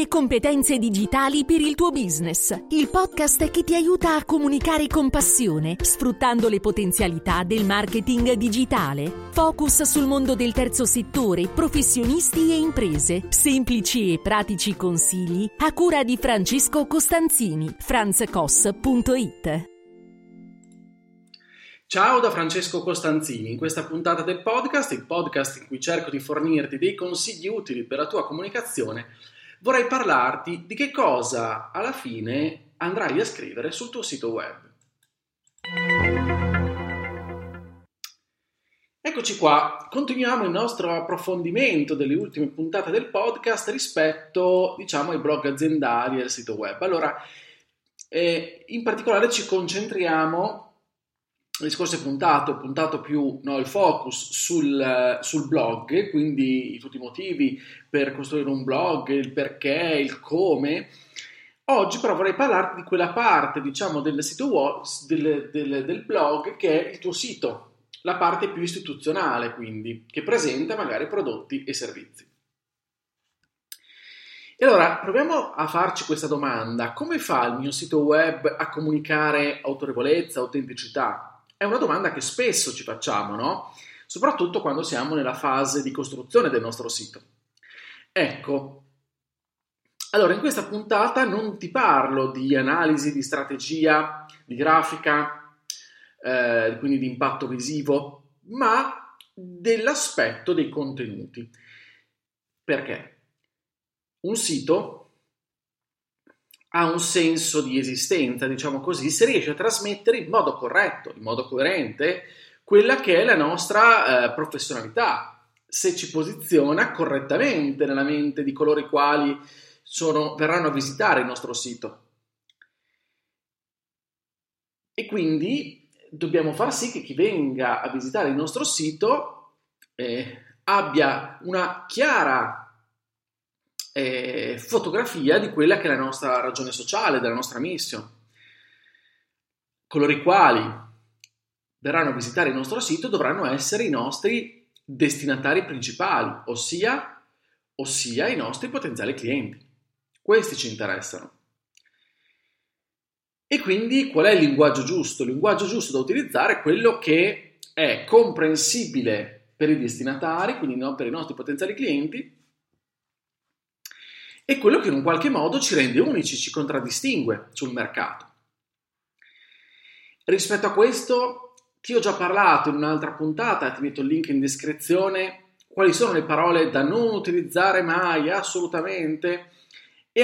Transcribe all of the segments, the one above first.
e competenze digitali per il tuo business. Il podcast che ti aiuta a comunicare con passione, sfruttando le potenzialità del marketing digitale. Focus sul mondo del terzo settore, professionisti e imprese. Semplici e pratici consigli a cura di Francesco Costanzini, franzcos.it. Ciao da Francesco Costanzini. In questa puntata del podcast, il podcast in cui cerco di fornirti dei consigli utili per la tua comunicazione, vorrei parlarti di che cosa alla fine andrai a scrivere sul tuo sito web. Eccoci qua, continuiamo il nostro approfondimento delle ultime puntate del podcast rispetto, ai blog aziendali e al sito web. Allora, in particolare ci concentriamo le scorse puntate, ho puntato più il focus sul blog, quindi tutti i motivi per costruire un blog, il perché, il come. Oggi però vorrei parlarti di quella parte, del sito web, del blog che è il tuo sito, la parte più istituzionale, quindi, che presenta magari prodotti e servizi. E allora proviamo a farci questa domanda: come fa il mio sito web a comunicare autorevolezza, autenticità? È una domanda che spesso ci facciamo, no? Soprattutto quando siamo nella fase di costruzione del nostro sito. Ecco, allora in questa puntata non ti parlo di analisi, di strategia, di grafica, quindi di impatto visivo, ma dell'aspetto dei contenuti. Perché? Un sito ha un senso di esistenza, se riesce a trasmettere in modo corretto, in modo coerente, quella che è la nostra professionalità, se ci posiziona correttamente nella mente di coloro i quali verranno a visitare il nostro sito. E quindi dobbiamo far sì che chi venga a visitare il nostro sito abbia una chiara fotografia di quella che è la nostra ragione sociale, della nostra mission. Coloro i quali verranno a visitare il nostro sito dovranno essere i nostri destinatari principali, ossia i nostri potenziali clienti. Questi ci interessano. E quindi qual è il linguaggio giusto? Il linguaggio giusto da utilizzare è quello che è comprensibile per i destinatari, quindi per i nostri potenziali clienti, e quello che in un qualche modo ci rende unici, ci contraddistingue sul mercato. Rispetto a questo ti ho già parlato in un'altra puntata, ti metto il link in descrizione, quali sono le parole da non utilizzare mai, assolutamente, e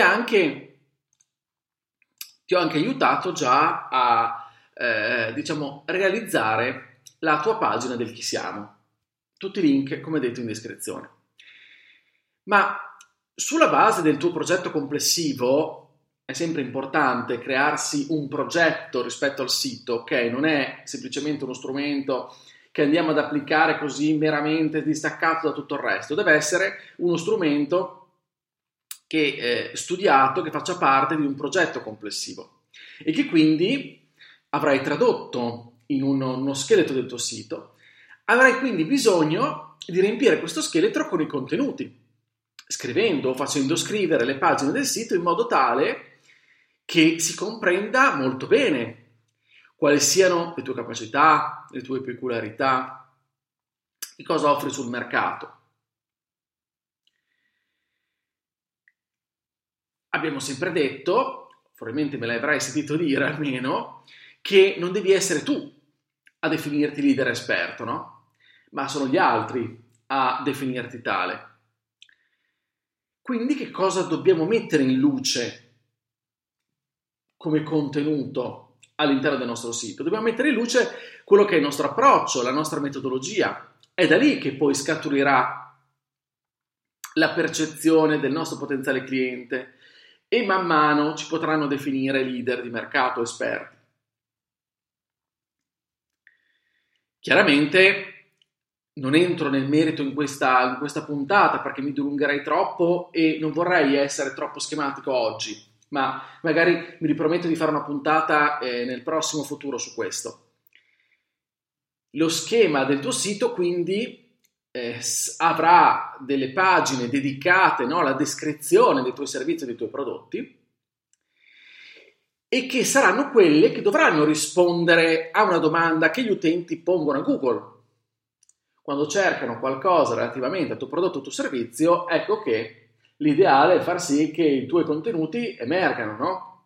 ti ho anche aiutato già a realizzare la tua pagina del chi siamo. Tutti i link, come detto, in descrizione. Ma sulla base del tuo progetto complessivo è sempre importante crearsi un progetto rispetto al sito, ok? Non è semplicemente uno strumento che andiamo ad applicare così meramente distaccato da tutto il resto. Deve essere uno strumento che studiato, che faccia parte di un progetto complessivo e che quindi avrai tradotto in uno scheletro del tuo sito. Avrai quindi bisogno di riempire questo scheletro con i contenuti, scrivendo o facendo scrivere le pagine del sito in modo tale che si comprenda molto bene quali siano le tue capacità, le tue peculiarità, che cosa offri sul mercato. Abbiamo sempre detto, probabilmente me l'avrai sentito dire almeno, che non devi essere tu a definirti leader esperto, no? Ma sono gli altri a definirti tale. Quindi che cosa dobbiamo mettere in luce come contenuto all'interno del nostro sito? Dobbiamo mettere in luce quello che è il nostro approccio, la nostra metodologia. È da lì che poi scaturirà la percezione del nostro potenziale cliente e man mano ci potranno definire leader di mercato, esperti. Chiaramente non entro nel merito in questa puntata perché mi dilungherei troppo e non vorrei essere troppo schematico oggi, ma magari mi riprometto di fare una puntata nel prossimo futuro su questo. Lo schema del tuo sito quindi avrà delle pagine dedicate, no, alla descrizione dei tuoi servizi e dei tuoi prodotti, e che saranno quelle che dovranno rispondere a una domanda che gli utenti pongono a Google. Quando cercano qualcosa relativamente al tuo prodotto o al tuo servizio, ecco che l'ideale è far sì che i tuoi contenuti emergano, no?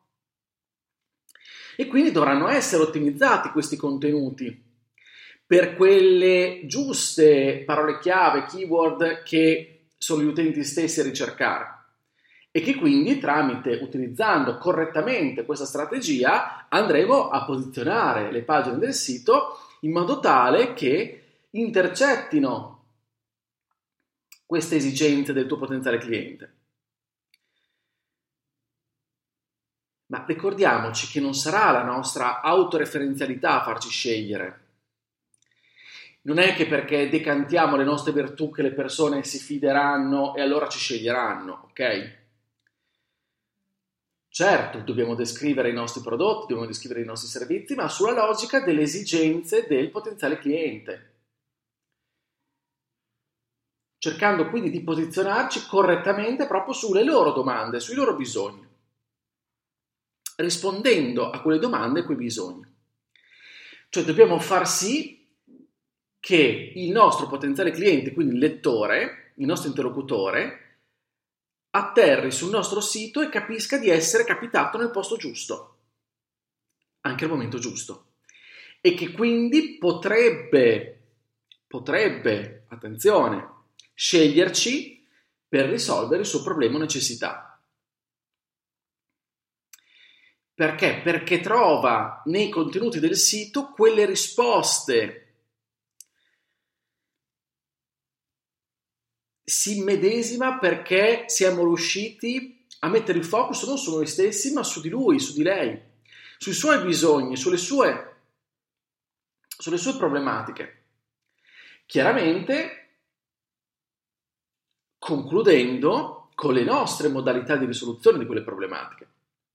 E quindi dovranno essere ottimizzati questi contenuti per quelle giuste parole chiave, keyword che sono gli utenti stessi a ricercare, e che quindi utilizzando correttamente questa strategia andremo a posizionare le pagine del sito in modo tale che intercettino queste esigenze del tuo potenziale cliente. Ma ricordiamoci che non sarà la nostra autoreferenzialità a farci scegliere. Non è che perché decantiamo le nostre virtù che le persone si fideranno e allora ci sceglieranno, ok? Certo, dobbiamo descrivere i nostri prodotti, dobbiamo descrivere i nostri servizi, ma sulla logica delle esigenze del potenziale cliente, cercando quindi di posizionarci correttamente proprio sulle loro domande, sui loro bisogni, rispondendo a quelle domande e quei bisogni. Cioè dobbiamo far sì che il nostro potenziale cliente, quindi il lettore, il nostro interlocutore, atterri sul nostro sito e capisca di essere capitato nel posto giusto, anche al momento giusto, e che quindi potrebbe, attenzione, sceglierci per risolvere il suo problema o necessità. Perché? Perché trova nei contenuti del sito quelle risposte, si immedesima perché siamo riusciti a mettere il focus non su noi stessi ma su di lui, su di lei, sui suoi bisogni, sulle sue problematiche. Chiaramente concludendo con le nostre modalità di risoluzione di quelle problematiche.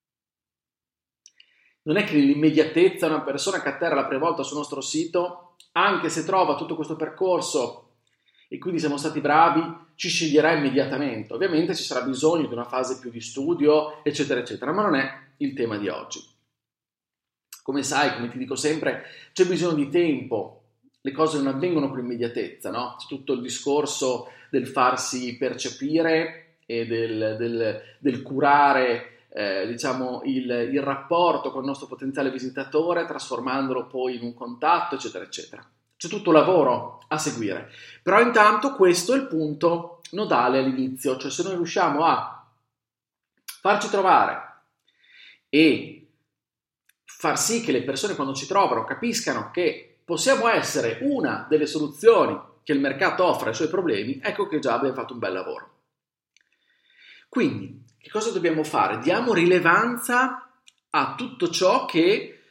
Non è che nell'immediatezza una persona che atterra la prima volta sul nostro sito, anche se trova tutto questo percorso e quindi siamo stati bravi, ci sceglierà immediatamente. Ovviamente ci sarà bisogno di una fase più di studio, eccetera, eccetera, ma non è il tema di oggi. Come sai, come ti dico sempre, c'è bisogno di tempo, le cose non avvengono con immediatezza, no? C'è tutto il discorso del farsi percepire e del curare, il rapporto con il nostro potenziale visitatore, trasformandolo poi in un contatto, eccetera, eccetera. C'è tutto lavoro a seguire, però intanto questo è il punto nodale all'inizio, cioè se noi riusciamo a farci trovare e far sì che le persone quando ci trovano capiscano che possiamo essere una delle soluzioni che il mercato offre ai suoi problemi, ecco che già abbiamo fatto un bel lavoro. Quindi, che cosa dobbiamo fare? Diamo rilevanza a tutto ciò che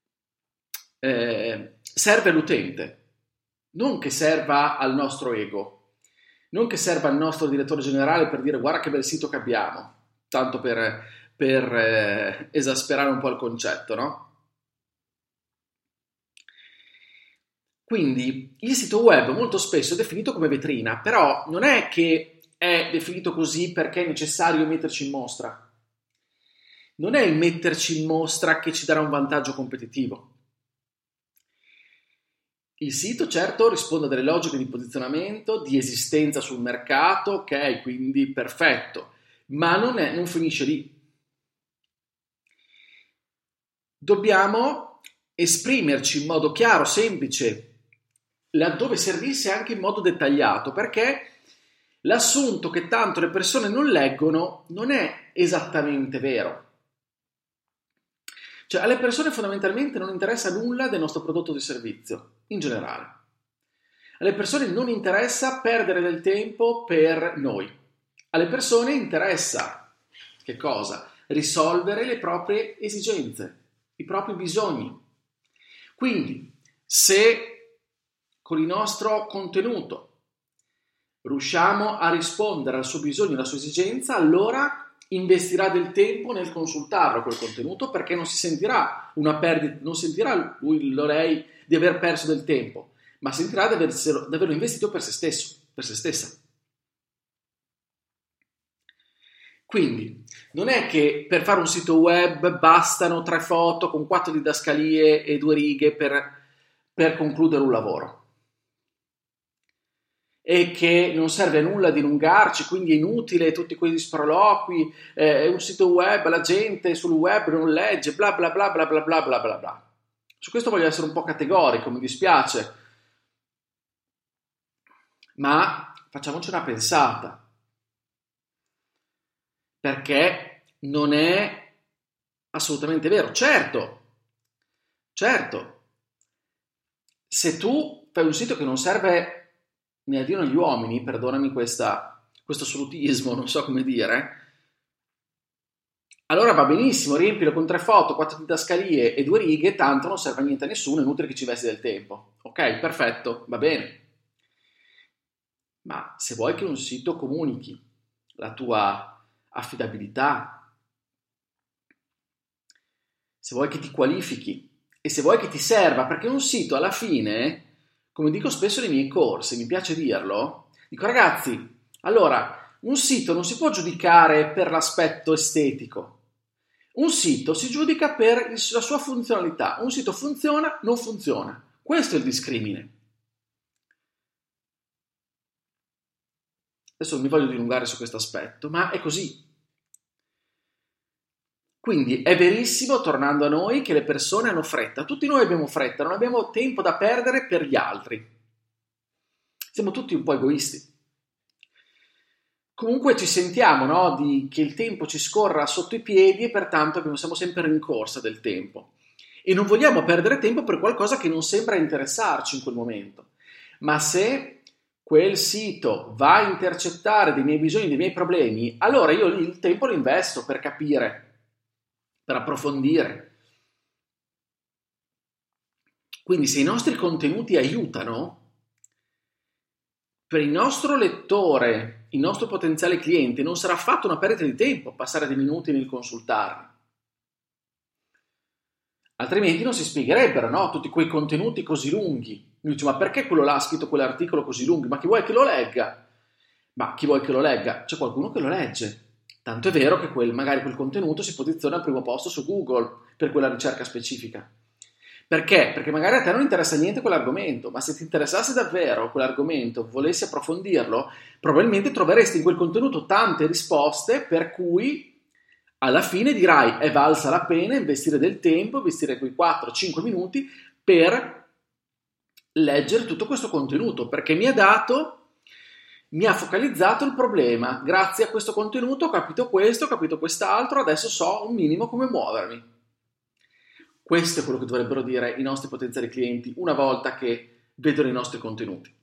serve all'utente. Non che serva al nostro ego, non che serva al nostro direttore generale per dire guarda che bel sito che abbiamo, tanto per esasperare un po' il concetto, no? Quindi il sito web molto spesso è definito come vetrina, però non è che è definito così perché è necessario metterci in mostra. Non è il metterci in mostra che ci darà un vantaggio competitivo. Il sito certo risponde a delle logiche di posizionamento, di esistenza sul mercato, ok, quindi perfetto, ma non finisce lì. Dobbiamo esprimerci in modo chiaro, semplice, laddove servisse anche in modo dettagliato, perché l'assunto che tanto le persone non leggono non è esattamente vero. Cioè alle persone fondamentalmente non interessa nulla del nostro prodotto o di servizio, in generale. Alle persone non interessa perdere del tempo per noi. Alle persone interessa, che cosa? Risolvere le proprie esigenze, i propri bisogni. Quindi, se con il nostro contenuto riusciamo a rispondere al suo bisogno e alla sua esigenza, allora investirà del tempo nel consultarlo quel contenuto perché non si sentirà una perdita, non sentirà lui o lei di aver perso del tempo, ma sentirà di averlo investito per se stesso, per se stessa. Quindi, non è che per fare un sito web bastano 3 foto con 4 didascalie e 2 righe per concludere un lavoro. E che non serve a nulla dilungarci, quindi è inutile tutti quei sproloqui, è un sito web, la gente sul web non legge, bla bla bla bla bla bla bla bla bla. Su questo voglio essere un po' categorico, mi dispiace, ma facciamoci una pensata. Perché non è assolutamente vero. Certo, se tu fai un sito che non serve né a Dio né agli uomini, perdonami questo assolutismo, non so come dire, allora va benissimo, riempilo con 3 foto, 4 didascalie e 2 righe, tanto non serve a niente a nessuno, è inutile che ci investi del tempo. Ok, perfetto, va bene. Ma se vuoi che un sito comunichi la tua affidabilità, se vuoi che ti qualifichi e se vuoi che ti serva, perché un sito alla fine, come dico spesso nei miei corsi, mi piace dirlo, dico ragazzi, allora un sito non si può giudicare per l'aspetto estetico, un sito si giudica per la sua funzionalità, un sito funziona, non funziona, questo è il discrimine. Adesso non mi voglio dilungare su questo aspetto, ma è così. Quindi è verissimo, tornando a noi, che le persone hanno fretta. Tutti noi abbiamo fretta, non abbiamo tempo da perdere per gli altri. Siamo tutti un po' egoisti. Comunque ci sentiamo, no, che il tempo ci scorra sotto i piedi e pertanto siamo sempre in corsa del tempo. E non vogliamo perdere tempo per qualcosa che non sembra interessarci in quel momento. Ma se quel sito va a intercettare dei miei bisogni, dei miei problemi, allora io lì il tempo lo investo per capire, per approfondire. Quindi se i nostri contenuti aiutano, per il nostro lettore, il nostro potenziale cliente, non sarà affatto una perdita di tempo passare dei minuti nel consultarli. Altrimenti non si spiegherebbero, no? Tutti quei contenuti così lunghi. Mi dice, ma perché quello là ha scritto quell'articolo così lungo? Ma chi vuoi che lo legga? Ma chi vuoi che lo legga? C'è qualcuno che lo legge. Tanto è vero che magari quel contenuto si posiziona al primo posto su Google per quella ricerca specifica. Perché? Perché magari a te non interessa niente quell'argomento, ma se ti interessasse davvero quell'argomento, volessi approfondirlo, probabilmente troveresti in quel contenuto tante risposte per cui alla fine dirai è valsa la pena investire del tempo, investire quei 4-5 minuti per leggere tutto questo contenuto, perché mi ha focalizzato il problema. Grazie a questo contenuto ho capito questo, ho capito quest'altro, adesso so un minimo come muovermi. Questo è quello che dovrebbero dire i nostri potenziali clienti una volta che vedono i nostri contenuti.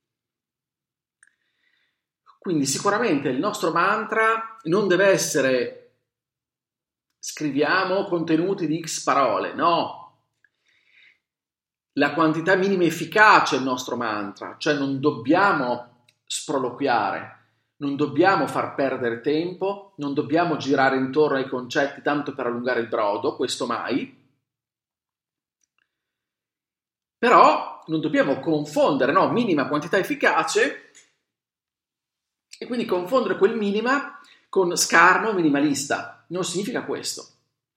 Quindi sicuramente il nostro mantra non deve essere scriviamo contenuti di X parole, no. La quantità minima efficace è il nostro mantra, cioè non dobbiamo sproloquiare, non dobbiamo far perdere tempo, non dobbiamo girare intorno ai concetti tanto per allungare il brodo, questo mai. Però non dobbiamo confondere, no, minima quantità efficace e quindi confondere quel minima con scarno minimalista. Non significa questo.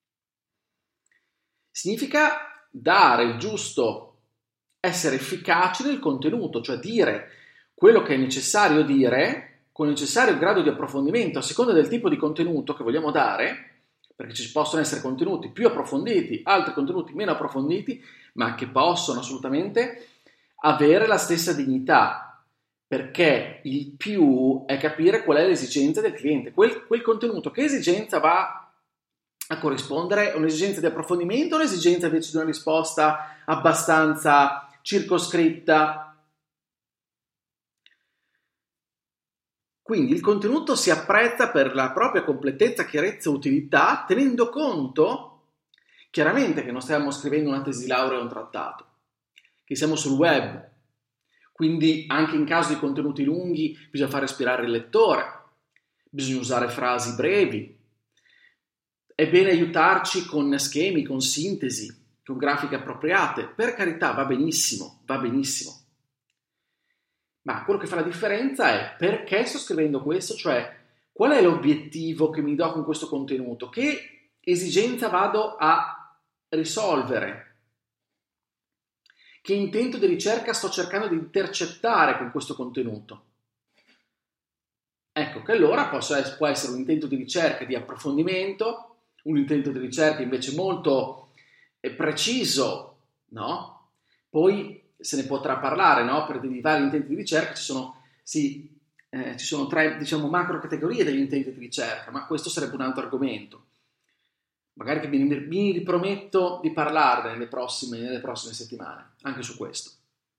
Significa dare il giusto, essere efficaci nel contenuto, cioè dire quello che è necessario dire con il necessario grado di approfondimento a seconda del tipo di contenuto che vogliamo dare, perché ci possono essere contenuti più approfonditi, altri contenuti meno approfonditi, ma che possono assolutamente avere la stessa dignità, perché il più è capire qual è l'esigenza del cliente, quel contenuto, che esigenza va a corrispondere, un'esigenza di approfondimento o un'esigenza invece di una risposta abbastanza circoscritta. Quindi il contenuto si apprezza per la propria completezza, chiarezza e utilità, tenendo conto chiaramente che non stiamo scrivendo una tesi di laurea o un trattato, che siamo sul web, quindi anche in caso di contenuti lunghi bisogna far respirare il lettore, bisogna usare frasi brevi, è bene aiutarci con schemi, con sintesi, con grafiche appropriate, per carità va benissimo, Ma quello che fa la differenza è perché sto scrivendo questo, cioè qual è l'obiettivo che mi do con questo contenuto, che esigenza vado a risolvere, che intento di ricerca sto cercando di intercettare con questo contenuto. Ecco che allora può essere un intento di ricerca di approfondimento, un intento di ricerca invece molto preciso, no? Poi se ne potrà parlare, no? Per i vari intenti di ricerca ci sono tre, diciamo, macro categorie degli intenti di ricerca, ma questo sarebbe un altro argomento. Magari che mi riprometto di parlarne nelle prossime settimane, anche su questo.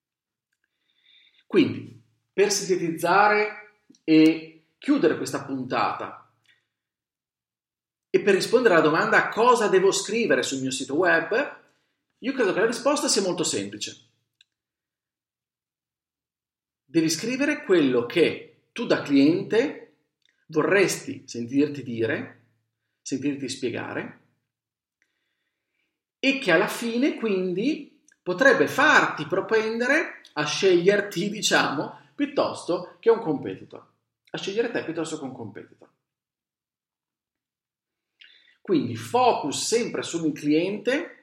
Quindi, per sintetizzare e chiudere questa puntata e per rispondere alla domanda cosa devo scrivere sul mio sito web, io credo che la risposta sia molto semplice. Devi scrivere quello che tu da cliente vorresti sentirti dire, sentirti spiegare, e che alla fine quindi potrebbe farti propendere a sceglierti, diciamo, piuttosto che un competitor, a scegliere te piuttosto che un competitor. Quindi focus sempre sul cliente,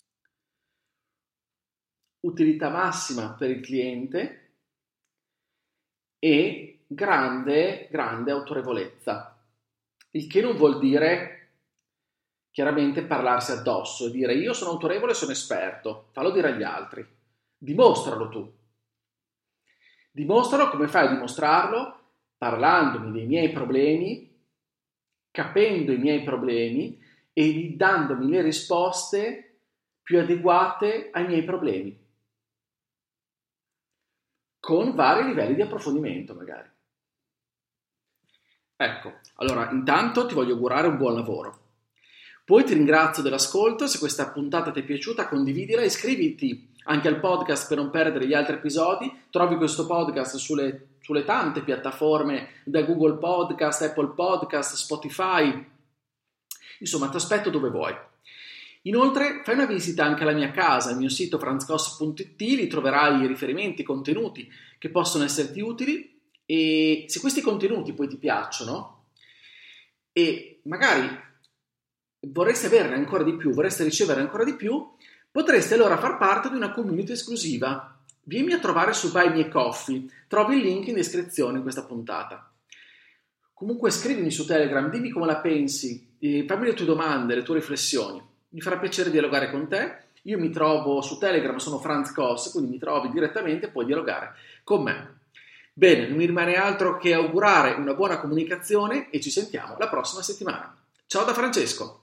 utilità massima per il cliente e grande autorevolezza, il che non vuol dire chiaramente parlarsi addosso e dire io sono autorevole, sono esperto, fallo dire agli altri, dimostralo tu. Dimostralo. Come fai a dimostrarlo? Parlandomi dei miei problemi, capendo i miei problemi e dandomi le risposte più adeguate ai miei problemi, con vari livelli di approfondimento magari. Ecco, allora intanto ti voglio augurare un buon lavoro. Poi ti ringrazio dell'ascolto, se questa puntata ti è piaciuta condividila, iscriviti anche al podcast per non perdere gli altri episodi, trovi questo podcast sulle tante piattaforme da Google Podcast, Apple Podcast, Spotify, insomma ti aspetto dove vuoi. Inoltre fai una visita anche alla mia casa, al mio sito franzcos.it, lì troverai riferimenti, contenuti che possono esserti utili e se questi contenuti poi ti piacciono e magari vorreste averne ancora di più, vorreste ricevere ancora di più, potreste allora far parte di una community esclusiva. Vieni a trovare su Buy Me a Coffee, trovi il link in descrizione in questa puntata. Comunque scrivimi su Telegram, dimmi come la pensi, fammi le tue domande, le tue riflessioni. Mi farà piacere dialogare con te. Io mi trovo su Telegram, sono Franz Kos, quindi mi trovi direttamente e puoi dialogare con me. Bene, non mi rimane altro che augurare una buona comunicazione e ci sentiamo la prossima settimana. Ciao da Francesco!